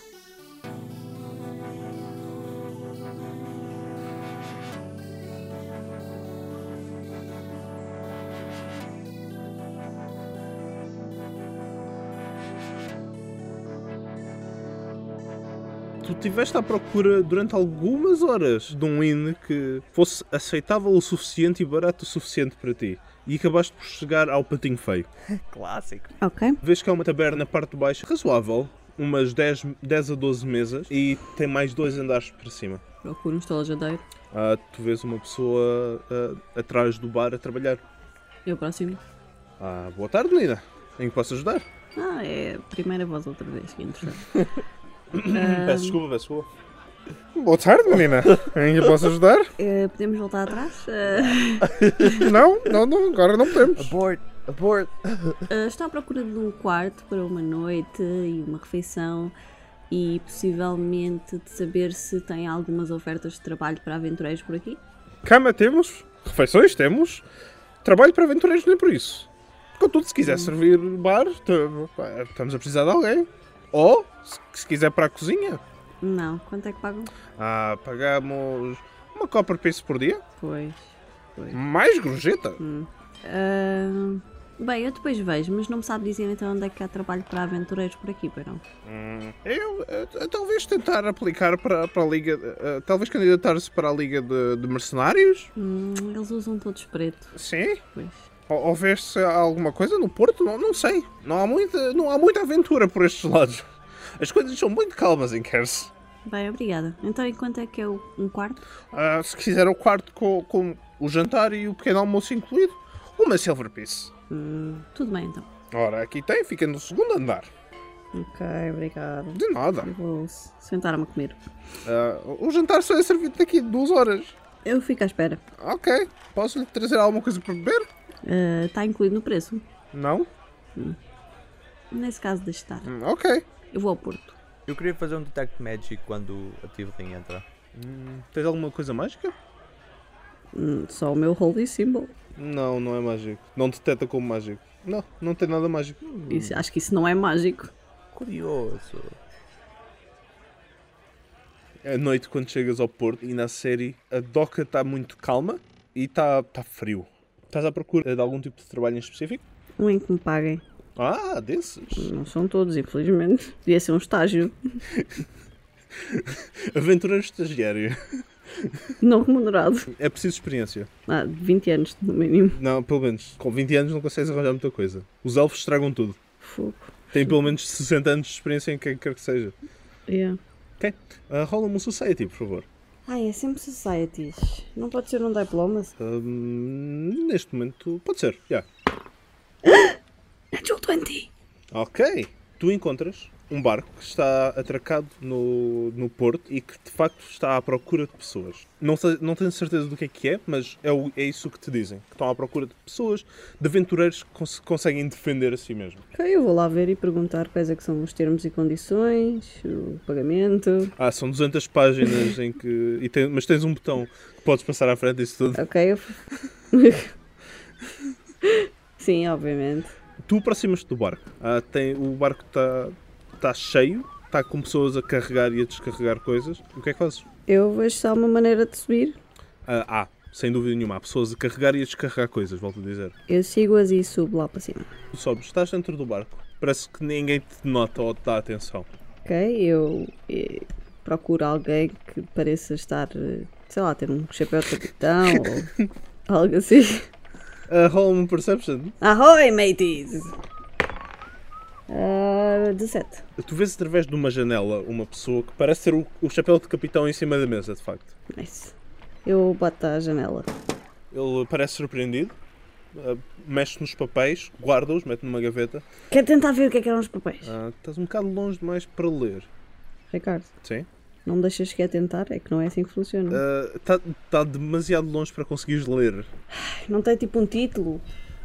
Tu estiveste à procura durante algumas horas de um inn que fosse aceitável o suficiente e barato o suficiente para ti. E acabaste por chegar ao Patinho Feio. Clássico. Ok. Vês que há uma taberna na parte de baixo razoável, umas dez, dez a doze mesas e tem mais dois andares para cima. Procuro um estalajadeiro. Ah, tu vês uma pessoa ah, atrás do bar a trabalhar. Eu próximo. Ah, boa tarde, menina. Em que posso ajudar? Ah, é a primeira voz outra vez, que interessante. Peço desculpa, peço desculpa. Boa tarde, menina. Em que posso ajudar? Uh, podemos voltar atrás? Uh, Não, não, não, agora não podemos. Abort, abort. uh, estou à procura de um quarto para uma noite e uma refeição e possivelmente de saber se tem algumas ofertas de trabalho para aventureiros por aqui. Cama temos, refeições temos, trabalho para aventureiros nem por isso. Contudo, se quiser servir bar, t- estamos a precisar de alguém. Ou, se, se quiser para a cozinha, Não, quanto é que pagam? ah, pagamos uma copper piece por dia, Pois, pois. mais gorjeta. Hum. Uh, bem, eu depois vejo, mas não me sabe dizer então onde é que há trabalho para aventureiros por aqui, pois não? Hum, eu, eh, talvez tentar aplicar para, para a liga, eh, talvez candidatar-se para a liga de, de mercenários, Hum, eles usam todos preto, sim. pois. Ou, ou vê-se alguma coisa no Porto, não, não sei. Não há, muita, não há muita aventura por estes lados. As coisas são muito calmas em Kers. Bem, obrigada. Então, e quanto é que é o- um quarto? Ah, se quiser o quarto com, com o jantar e o pequeno almoço incluído, uma silver piece. Hum, tudo bem então. Ora, aqui tem, fica no segundo andar. Ok, obrigada. De nada. Eu vou s- sentar-me a comer. Ah, o jantar só é servido daqui a duas horas. Eu fico à espera. Ok. Posso lhe trazer alguma coisa para beber? Está incluído no preço? Não? Nesse caso, deixe estar. Hum, ok. Eu vou ao Porto. Eu queria fazer um detect magic quando a Tivlin entra. Hum, tens alguma coisa mágica? Hum, só o meu holy symbol. Não, não é mágico. Não detecta como mágico. Não, não tem nada mágico. Isso, acho que isso não é mágico. Curioso. À noite, quando chegas ao Porto e na série, a doca está muito calma e está tá frio. Estás à procura de algum tipo de trabalho em específico? Um em que me paguem. Ah, desses. Não são todos, infelizmente. Devia ser um estágio. Aventureiro estagiário. Não remunerado. É preciso experiência. Ah, de vinte anos, no mínimo. Não, pelo menos. Com vinte anos não consegues arranjar muita coisa. Os elfos estragam tudo. Fogo. Têm pelo menos sessenta anos de experiência em quem quer que seja. Yeah. Ok. Uh, Rola-me um society, por favor. Ai, é sempre societies. Não pode ser um diplomacy. Um, neste momento, pode ser. Yeah. Natural vinte. Ok. Tu encontras um barco que está atracado no, no porto e que de facto está à procura de pessoas. Não, sei- não tenho certeza do que é que é, mas é, o- é isso que te dizem. Que estão à procura de pessoas, de aventureiros que cons- conseguem defender a si mesmo. Ok, eu vou lá ver e perguntar quais é que são os termos e condições, o pagamento. Ah, são duzentas páginas em que... E tem- mas tens um botão que podes passar à frente disso tudo. Ok, eu... Sim, obviamente. Tu aproximas-te do barco. Ah, tem, o barco está tá cheio, está com pessoas a carregar e a descarregar coisas. O que é que fazes? Eu vejo se há uma maneira de subir. Ah, há. sem dúvida nenhuma. Há pessoas a carregar e a descarregar coisas, volto a dizer. Eu sigo-as e subo lá para cima. Tu sobes, estás dentro do barco. Parece que ninguém te nota ou te dá atenção. Ok, eu, eu procuro alguém que pareça estar, sei lá, ter um chapéu de capitão ou algo assim. Uh, roll um Perception. Ahoy, mateys! Uh, dezassete. Tu vês através de uma janela uma pessoa que parece ter o, o chapéu de capitão em cima da mesa, de facto. Nice. Eu bato à janela. Ele parece surpreendido, uh, mexe nos papéis, guarda-os, mete numa gaveta. Quer tentar ver o que é que eram os papéis? Uh, estás um bocado longe demais para ler. Ricardo, Sim? não me deixas sequer tentar? É que não é assim que funciona. Está uh, tá demasiado longe para conseguires ler. Não tem tipo um título?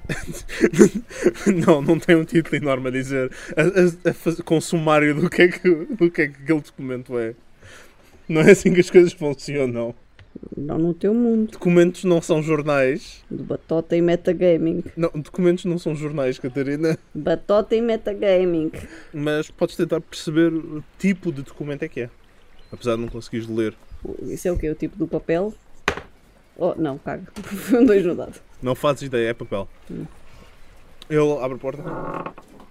Não, não tem um título enorme a dizer a, a, a fazer, com sumário do que, é que, do que é que aquele documento é. Não é assim que as coisas funcionam. Não no teu mundo. Documentos não são jornais. De batota e metagaming. Não, documentos não são jornais, Catarina. Batota e metagaming. Mas podes tentar perceber o tipo de documento é que é. Apesar de não conseguires ler. Isso é o quê? O tipo do papel? Oh, não, cago. Foi um dois no dado. Não fazes ideia, é papel. Hum. Ele abre a porta. Ah!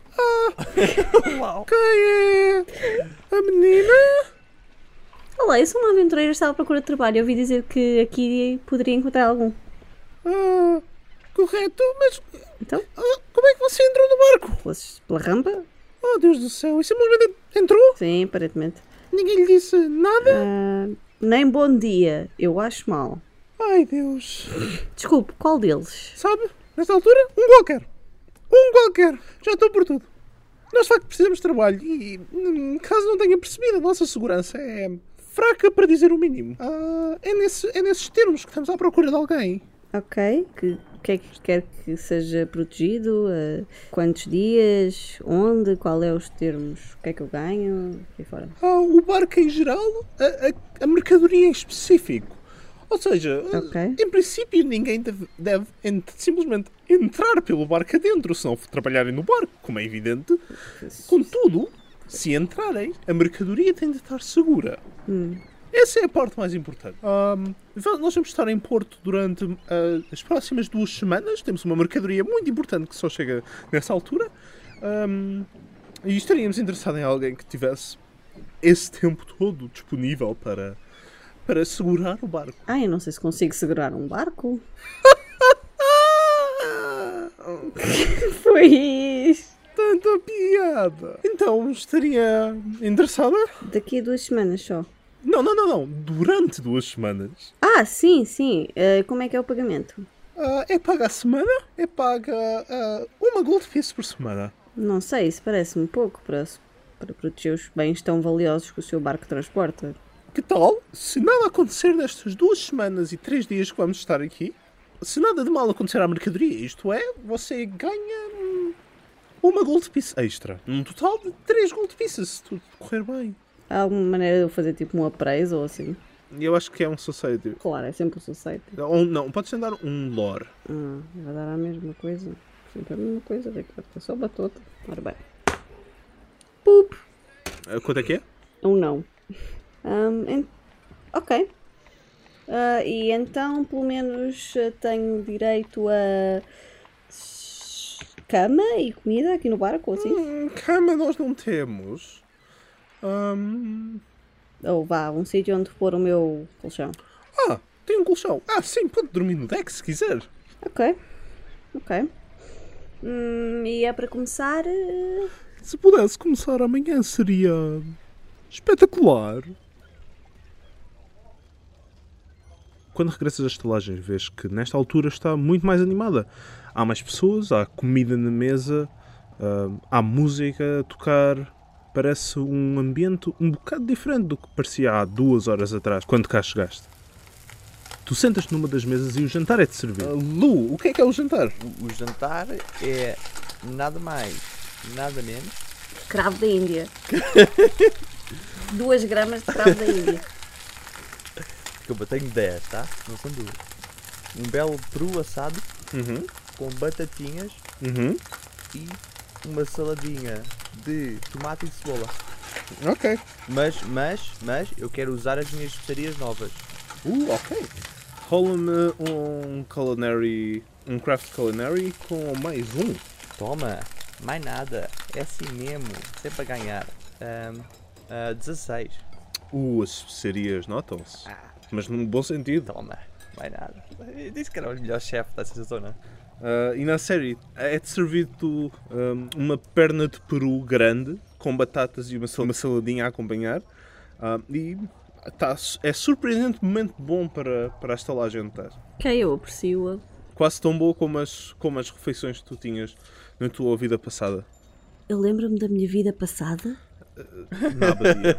Quem é? A menina? Olá, eu sou uma aventureira, estava à procura de trabalho. Eu ouvi dizer que aqui poderia encontrar algum. Ah, correto, mas Então? ah, como é que você entrou no barco? Fosses pela rampa? Oh, Deus do céu, e simplesmente entrou? Sim, aparentemente. Ninguém lhe disse nada? Ah, nem bom dia. Eu acho mal. Ai, Deus. Desculpe, qual deles? Sabe, nesta altura, um qualquer. Um qualquer. Já estou por tudo. Nós, de facto, precisamos de trabalho e, hum, caso não tenha percebido, a nossa segurança é fraca para dizer o mínimo. Ah, é, nesse, é nesses termos que estamos à procura de alguém. Ok. Que, o que é que quer que seja protegido? Ah, quantos dias? Onde? Qual é os termos? O que é que eu ganho? E fora. Ah, o barco em geral, a, a, a mercadoria em específico. Ou seja, Ok. em princípio ninguém deve, deve ent- simplesmente entrar pelo barco adentro, se não trabalharem no barco, como é evidente. Contudo, se entrarem, a mercadoria tem de estar segura. Hum. Essa é a parte mais importante. Ahm, nós vamos estar em Porto durante ah, as próximas duas semanas. Temos uma mercadoria muito importante que só chega nessa altura. Ahm, e estaríamos interessados em alguém que tivesse esse tempo todo disponível para, para segurar o barco. Ah, eu não sei se consigo segurar um barco. Foi isso. Tanta piada! Então, estaria interessada? Daqui a duas semanas só. Não, não, não, não. Durante duas semanas. Ah, sim, sim. Ah, como é que é o pagamento? Ah, é paga a semana? É paga ah, uma gold piece por semana. Não sei, isso parece-me pouco para, para proteger os bens tão valiosos que o seu barco transporta. Que tal? Se nada acontecer nestas duas semanas e três dias que vamos estar aqui, se nada de mal acontecer à mercadoria, isto é, você ganha hum, uma gold piece extra. Um total de três gold pieces, se tudo correr bem. Há alguma maneira de eu fazer tipo um appraisal ou assim? Eu acho que é um society. Claro, é sempre um society. Ou não, podes tentar um lore. Ah, vai dar a mesma coisa. Sempre a mesma coisa, Ricardo. É só batota. Ora bem. Pup! Ah, quanto é que é? Um não. Um, en- ok. Ah, e então, pelo menos, ah, tenho direito a s- cama e comida aqui no barco, ou assim? Hum, cama nós não temos. Hum, Ou vá, um sítio onde pôr o meu colchão. Ah, tem um colchão. Ah, sim, pode dormir no deck se quiser. Ok. Ok. Hum, e é para começar. eh, Se pudesse começar amanhã seria espetacular. Quando regressas às estalagens, vês que nesta altura está muito mais animada. Há mais pessoas, há comida na mesa, ah, há música a tocar. Parece um ambiente um bocado diferente do que parecia há duas horas atrás, quando cá chegaste. Tu sentas-te numa das mesas e o jantar é-te servido. Lu, o que é que é o jantar? O, o jantar é nada mais, nada menos. Cravo da Índia. Duas gramas de cravo da Índia. Desculpa, tenho dez, tá? Não são duas. Um belo peru assado Uhum, com batatinhas uhum. e uma saladinha de tomate e cebola. Ok. Mas, mas, mas, eu quero usar as minhas especiarias novas. Uh, ok. Rola-me um culinary, um craft culinary com mais um. Toma, mais nada. É assim mesmo. Sempre a ganhar. Um, uh, dezasseis. Uh, as especiarias notam-se. Ah, Mas num bom sentido. toma, mais nada. Eu disse que era o melhor chefe dessa zona. Uh, e na série é-te servido um, uma perna de peru grande com batatas e uma, sal- uma saladinha a acompanhar. Uh, e tá, é surpreendentemente bom para, para a estalagem onde estás. Ok, eu aprecio-a. Quase tão boa como as, como as refeições que tu tinhas na tua vida passada. Eu lembro-me da minha vida passada. Na abadia.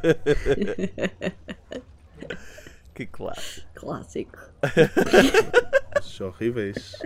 Que clássico. Clássico. Os horríveis.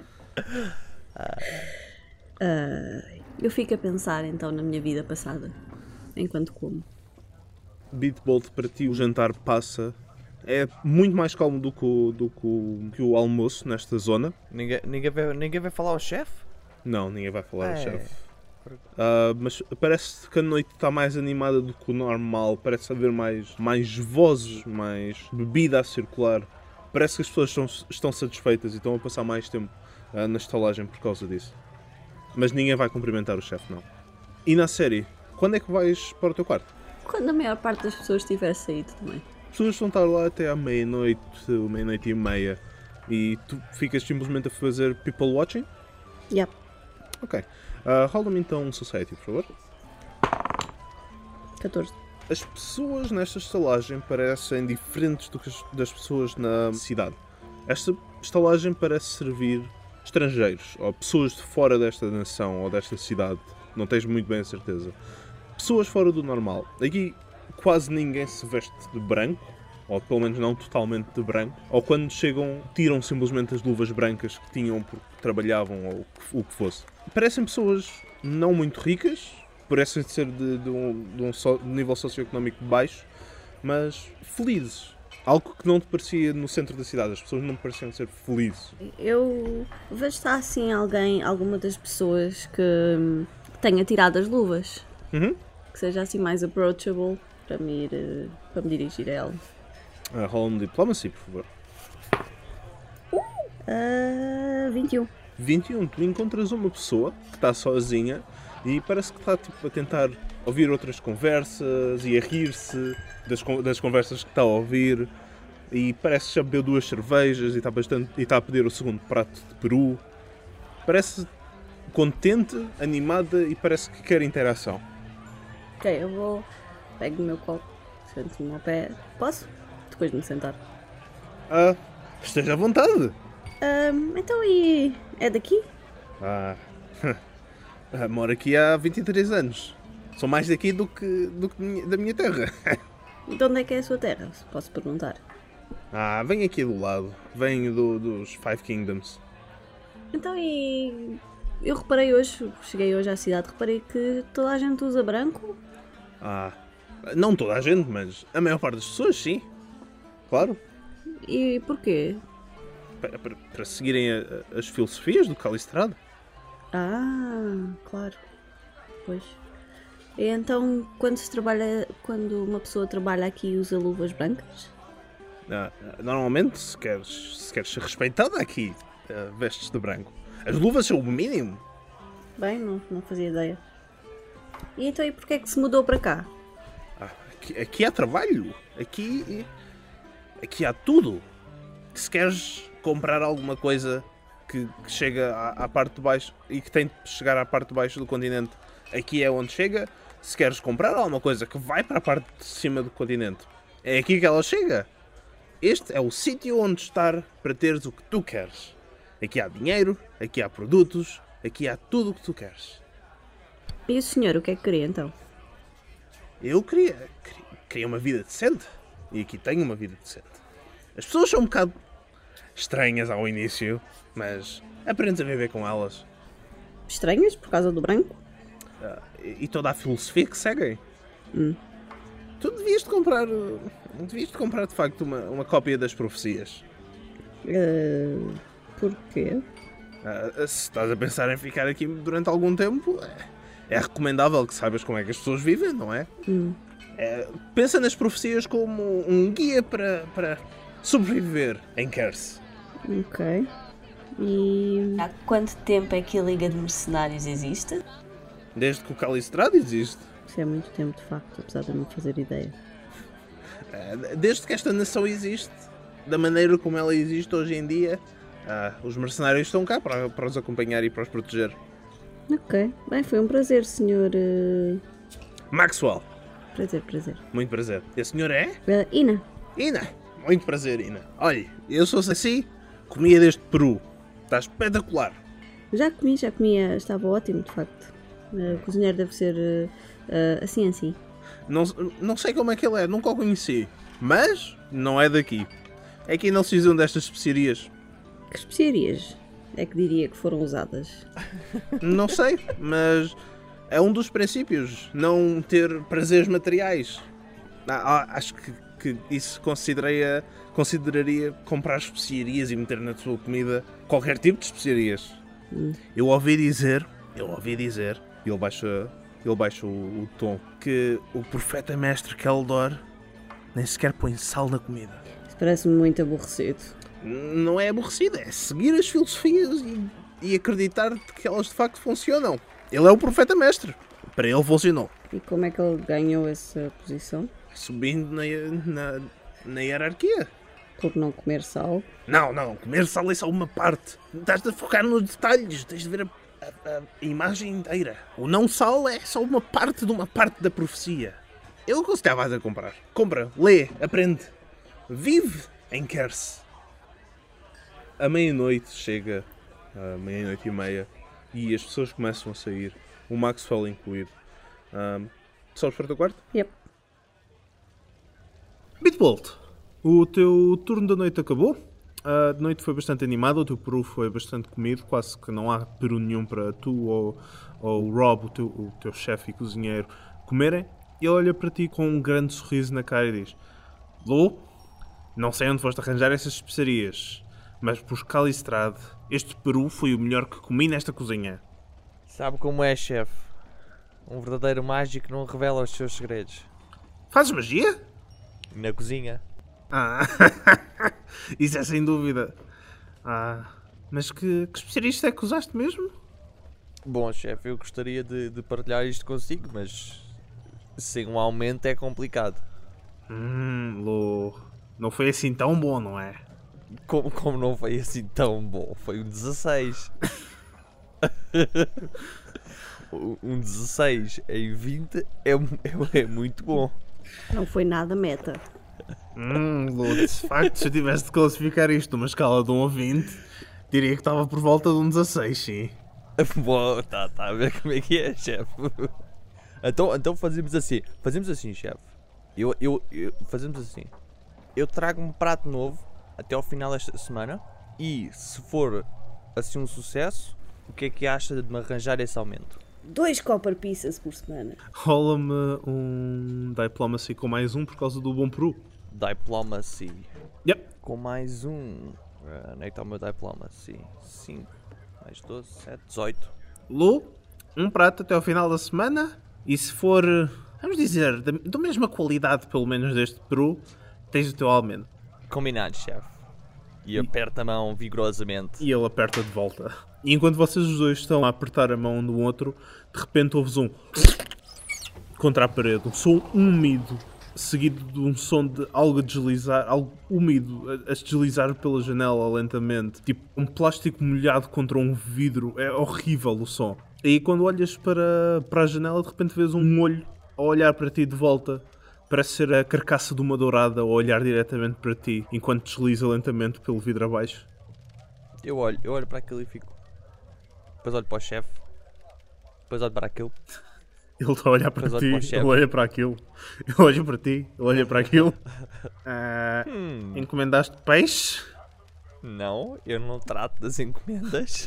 Ah, eu fico a pensar então na minha vida passada, enquanto como. Beatbolt, para ti o jantar passa. É muito mais calmo do que o, do que o, que o almoço nesta zona. Ninguém, ninguém, vai, ninguém vai falar ao chefe? Não, ninguém vai falar, É. chefe. Ah, mas parece que a noite está mais animada do que o normal. Parece haver mais, mais vozes, mais bebida a circular. Parece que as pessoas estão, estão satisfeitas e estão a passar mais tempo ah, na estalagem por causa disso. Mas ninguém vai cumprimentar o chefe, não. E na série, quando é que vais para o teu quarto? Quando a maior parte das pessoas tiver saído também. As pessoas vão estar lá até à meia-noite, meia-noite e meia. E tu ficas simplesmente a fazer people watching? Yep. Ok. Uh, Rola-me então um Society, por favor. catorze. As pessoas nesta estalagem parecem diferentes do que as, das pessoas na cidade. Esta estalagem parece servir estrangeiros, ou pessoas de fora desta nação ou desta cidade. Não tens muito bem a certeza. Pessoas fora do normal. Aqui quase ninguém se veste de branco, ou pelo menos não totalmente de branco. Ou quando chegam, tiram simplesmente as luvas brancas que tinham porque trabalhavam ou o que- o que fosse. Parecem pessoas não muito ricas, parecem ser de, de um, de um so- de nível socioeconómico baixo, mas felizes. Algo que não te parecia no centro da cidade. As pessoas não pareciam ser felizes. Eu vejo estar assim alguém, alguma das pessoas que hum, tenha tirado as luvas. Uhum. Que seja assim mais approachable para me, ir, eh, para me dirigir a ela. Uh, Rola-me Diplomacy, por favor. Ah, vinte e um. vinte e um, tu encontras uma pessoa que está sozinha e parece que está tipo, a tentar ouvir outras conversas e a rir-se das, con- das conversas que está a ouvir, e parece que já bebeu duas cervejas e está, bastante, e está a pedir o segundo prato de peru. Parece contente, animada e parece que quer interação. Ok, eu vou. Pego o meu copo, sento-me ao pé. Posso? Depois de me sentar. Ah, esteja à vontade. Ah, então e. É daqui? Ah, ah, moro aqui há vinte e três anos. Sou mais daqui do que, do que minha- da minha terra. De onde é que é a sua terra? Se posso perguntar. Ah, venho aqui do lado. Venho do- dos Five Kingdoms. Então e. Eu reparei hoje, cheguei hoje à cidade, reparei que toda a gente usa branco. Ah, não toda a gente, mas a maior parte das pessoas, sim. Claro. E porquê? Para, para- para seguirem a- a- as filosofias do Calistrado. Ah, claro. Pois. E então, quando se trabalha, quando uma pessoa trabalha aqui usa luvas brancas? Ah, normalmente, se queres, se queres ser respeitada aqui, ah, vestes de branco. As luvas são o mínimo. Bem, não, não fazia ideia. E então, e porquê é que se mudou para cá? Ah, aqui, aqui há trabalho. Aqui, aqui há tudo. Se queres comprar alguma coisa que, que chega à, à parte de baixo e que tem de chegar à parte de baixo do continente, aqui é onde chega. Se queres comprar alguma coisa que vai para a parte de cima do continente, é aqui que ela chega. Este é o sítio onde estar para teres o que tu queres. Aqui há dinheiro, aqui há produtos, aqui há tudo o que tu queres. E o senhor, o que é que queria então? Eu queria, queria, queria uma vida decente. E aqui tenho uma vida decente. As pessoas são um bocado estranhas ao início, mas aprendes a viver com elas. Estranhas por causa do branco? Ah, e, e toda a filosofia que seguem. Hum. Tu devias de comprar. uh, Devias de comprar de facto uma, uma cópia das profecias. Uh, porquê? Ah, se estás a pensar em ficar aqui durante algum tempo, é, é recomendável que saibas como é que as pessoas vivem, não é? Hum. É, pensa nas profecias como um guia para, para sobreviver em Kerse. Ok. E. Há quanto tempo é que a Liga de Mercenários existe? Desde que o Calistrado existe. Isso é muito tempo, de facto, apesar de eu não fazer ideia. Uh, desde que esta nação existe, da maneira como ela existe hoje em dia, uh, os mercenários estão cá para, para os acompanhar e para os proteger. Ok. Bem, foi um prazer, senhor. Uh... Maxwell. Prazer, prazer. Muito prazer. E a senhora é? Uh, Ina. Ina. Muito prazer, Ina. Olha, eu sou assim, comia deste peru. Está espetacular. Já comi, já comi. Estava ótimo, de facto. Uh, o cozinheiro deve ser uh, uh, assim, assim. Não, não sei como é que ele é, nunca o conheci. Mas não é daqui. Aqui não se usam destas especiarias. Que especiarias é que diria que foram usadas? Não sei, mas é um dos princípios. Não ter prazeres materiais. Ah, ah, acho que, que isso consideraria, consideraria comprar especiarias e meter na sua comida qualquer tipo de especiarias. Hum. Eu ouvi dizer, eu ouvi dizer, ele baixa, ele baixa o, o tom, que o profeta mestre Keldor nem sequer põe sal na comida. Isso parece-me muito aborrecido. Não é aborrecido, é seguir as filosofias e, e acreditar que elas de facto funcionam. Ele é o profeta mestre. Para ele funcionou. E como é que ele ganhou essa posição? Subindo na, na, na hierarquia. Por não comer sal? Não, não, comer sal é só uma parte. Estás a focar nos detalhes, tens de ver a, a, a imagem inteira. O não sal é só uma parte de uma parte da profecia. Eu aconselhava a comprar. Compra, lê, aprende. Vive em Kerse. A meia-noite chega, a meia-noite e meia, e as pessoas começam a sair, o Maxwell incluído. Um, Sobes para o teu quarto? Yep. Bitbolt, o teu turno da noite acabou. A noite foi bastante animada, o teu peru foi bastante comido, quase que não há peru nenhum para tu ou, ou o Rob, o teu, o teu chefe e cozinheiro, comerem. Ele olha para ti com um grande sorriso na cara e diz: Lu, não sei onde foste arranjar essas especiarias, mas por Calistrade, este peru foi o melhor que comi nesta cozinha. Sabe como é, chefe? Um verdadeiro mágico não revela os seus segredos. Fazes magia? Na cozinha. Ah, isso é sem dúvida. Ah, mas que, que especiarista é que usaste mesmo? Bom, chefe, eu gostaria de, de partilhar isto consigo, mas sem um aumento é complicado. Hum, Lu, não foi assim tão bom, não é? Como, como não foi assim tão bom? Foi um dezasseis. Um dezasseis em vinte é, é, é muito bom. Não foi nada meta. Hum, Lu, de facto, se eu tivesse de classificar isto numa escala de um a vinte, diria que estava por volta de um dezasseis, sim. Bom, tá, tá a ver como é que é, chefe. Então, então fazemos assim. Fazemos assim, chefe. Eu, eu, eu, fazemos assim. Eu trago um prato novo até ao final desta semana. E se for assim um sucesso, o que é que acha de me arranjar esse aumento? Dois copper pieces por semana. Rola-me um Diplomacy com mais um por causa do bom peru. Diplomacy. Yep. Com mais um. Uh, onde é que está o meu Diplomacy? cinco mais doze, sete, dezoito. Lu, um prato até ao final da semana. E se for, vamos dizer, da, da mesma qualidade pelo menos deste peru, tens o teu aumento. Combinado, chefe. E aperta a mão vigorosamente. E ele aperta de volta. E enquanto vocês os dois estão a apertar a mão um do outro, de repente ouves um contra a parede, um som úmido, seguido de um som de algo a deslizar, algo úmido a, a deslizar pela janela lentamente, tipo um plástico molhado contra um vidro. É horrível o som. E quando olhas para, para a janela, de repente vês um olho a olhar para ti de volta. Parece ser a carcaça de uma dourada a olhar diretamente para ti, enquanto desliza lentamente pelo vidro abaixo. Eu olho, eu olho para aquilo e fico. Depois olho para o chefe. Depois olho para aquilo. Ele está a olhar para Depois ti, olho para o chefe. ele olha para aquilo. Ele olha para ti, ele olha para aquilo. Ah, Hum, encomendaste peixe? não, eu não trato das encomendas.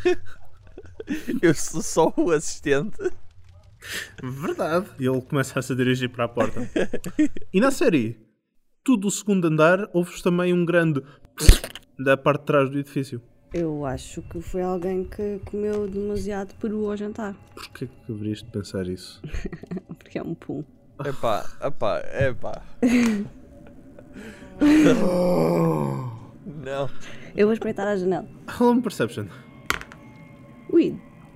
Eu sou só o assistente. Verdade. E ele começa a se dirigir para a porta. E na série, tu do segundo andar, ouves também um grande da parte de trás do edifício. Eu acho que foi alguém que comeu demasiado peru ao jantar. Porquê que deverias de pensar isso? Porque é um pum. Epá, epá, epá. Não. Eu vou espreitar a janela. Rola-me Perception. Ui.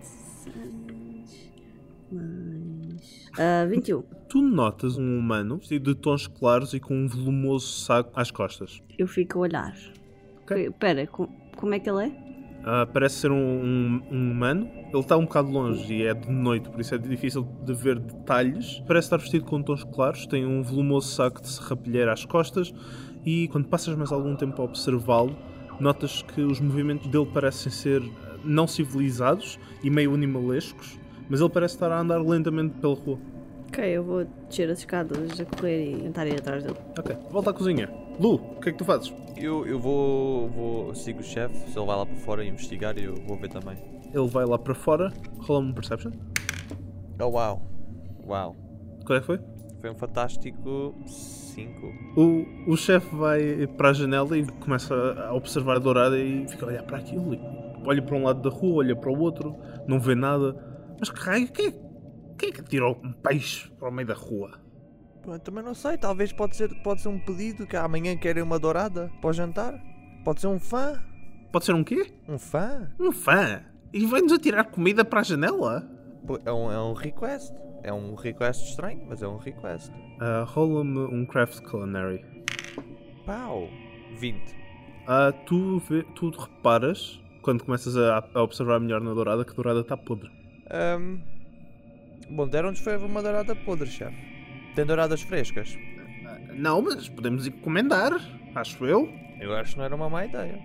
Mais. Ah, vinte e um. Tu notas um humano vestido de tons claros e com um volumoso saco às costas. Eu fico a olhar. Ok. Espera, com- como é que ele é? Ah, parece ser um, um- um humano. Ele está um bocado longe e é de noite, por isso é difícil de ver detalhes. Parece estar vestido com tons claros, tem um volumoso saco de serrapilheira às costas e quando passas mais algum tempo a observá-lo, notas que os movimentos dele parecem ser não civilizados e meio animalescos, mas ele parece estar a andar lentamente pela rua. Ok, eu vou descer as escadas a correr e tentar ir atrás dele. Ok, volta à cozinha. Lu, o que é que tu fazes? Eu, eu vou, vou sigo o chefe, se ele vai lá para fora investigar, eu vou ver também. Ele vai lá para fora, rola-me um Perception. Oh, uau. Uau. Qual é que foi? Foi um fantástico cinco. O, o chefe vai para a janela e começa a observar a dourada e fica a olhar para aquilo. E olha para um lado da rua, olha para o outro, não vê nada. Mas que raio, quem é, quem é que tirou um peixe para o meio da rua? Pronto, também não sei, talvez pode ser, pode ser um pedido que amanhã querem uma dourada para o jantar. Pode ser um fã. Pode ser um quê? Um fã? Um fã? E vai-nos atirar comida para a janela? Pô, É um, é um request. É um request estranho, mas é um request. Uh, rola-me um Craft Culinary. Pau. vinte. Uh, tu, vê, tu reparas, quando começas a, a observar melhor na dourada, que a dourada está podre. Ahm, Bom, deram-nos foi uma dourada podre, chefe. Tem douradas frescas? Uh, não, mas podemos encomendar, acho eu. Eu acho que não era uma má ideia.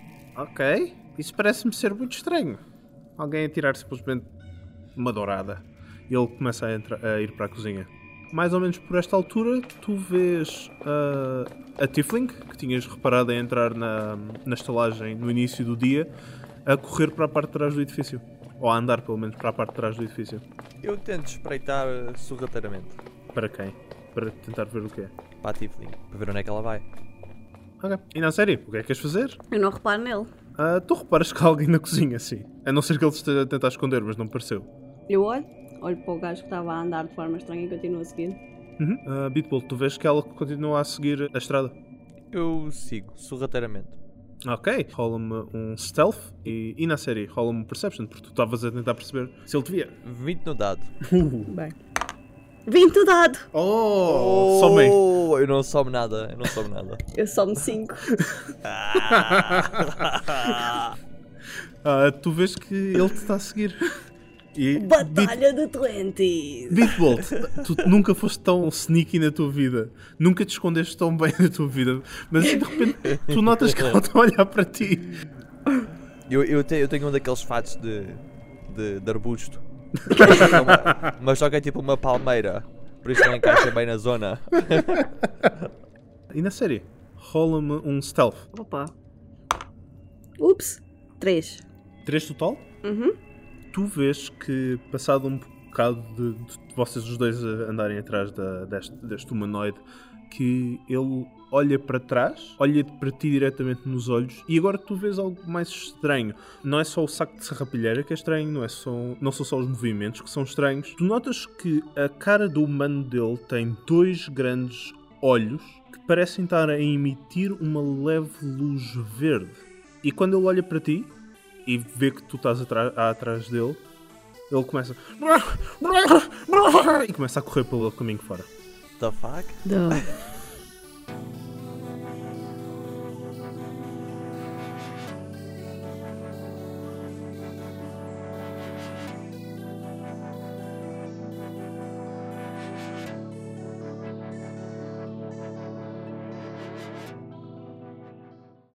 Ok, isso parece-me ser muito estranho. Alguém a tirar simplesmente uma dourada. E ele começa a, entrar, a ir para a cozinha. Mais ou menos por esta altura, tu vês uh, a Tiefling, que tinhas reparado a entrar na, na estalagem no início do dia, a correr para a parte de trás do edifício. Ou a andar, pelo menos, para a parte de trás do edifício. Eu tento espreitar uh, sorrateiramente Para quem? Para tentar ver o que é. para a Tiefling, para ver onde é que ela vai. Ok. E na série, o que é que queres fazer? Eu não reparo nele. Uh, tu reparas que há alguém na cozinha, sim. A não ser que ele se esteja a tentar esconder, mas não pareceu. Eu olho, olho para o gajo que estava a andar de forma estranha e continuo a seguir. Uhum. Uh, Beatbolt, tu vês que ela continua a seguir a estrada. Eu sigo, sorrateiramente. Ok, rola-me um Stealth e, e na série rola-me um Perception, porque tu estavas a tentar perceber se ele te via. vinte no dado. Bem. vinte o dado! Oh, somem. Oh, eu não soube nada, eu não soube nada. Eu somo cinco. Ah, tu vês que ele te está a seguir. E Batalha de Atlantis! Beatbolt, tu nunca foste tão sneaky na tua vida. Nunca te escondeste tão bem na tua vida. Mas de repente tu notas que ela está a olhar para ti. Eu, eu, te, eu tenho um daqueles fatos de, de, de arbusto. Mas só, que é uma, mas só que é tipo uma palmeira. Por isso não encaixa bem na zona. E na série, rola-me um Stealth. Opa. Ups. Três. Três total? Uhum. Tu vês que, passado um bocado de, de vocês os dois andarem atrás da, deste, deste humanoide, que ele olha para trás, olha para ti diretamente nos olhos, e agora tu vês algo mais estranho. Não é só o saco de serrapilheira que é estranho, não, é só, não são só os movimentos que são estranhos. Tu notas que a cara do humano dele tem dois grandes olhos que parecem estar a emitir uma leve luz verde. E quando ele olha para ti e vê que tu estás atrás, atrás dele, ele começa e começa a correr pelo caminho fora. The fuck? Não.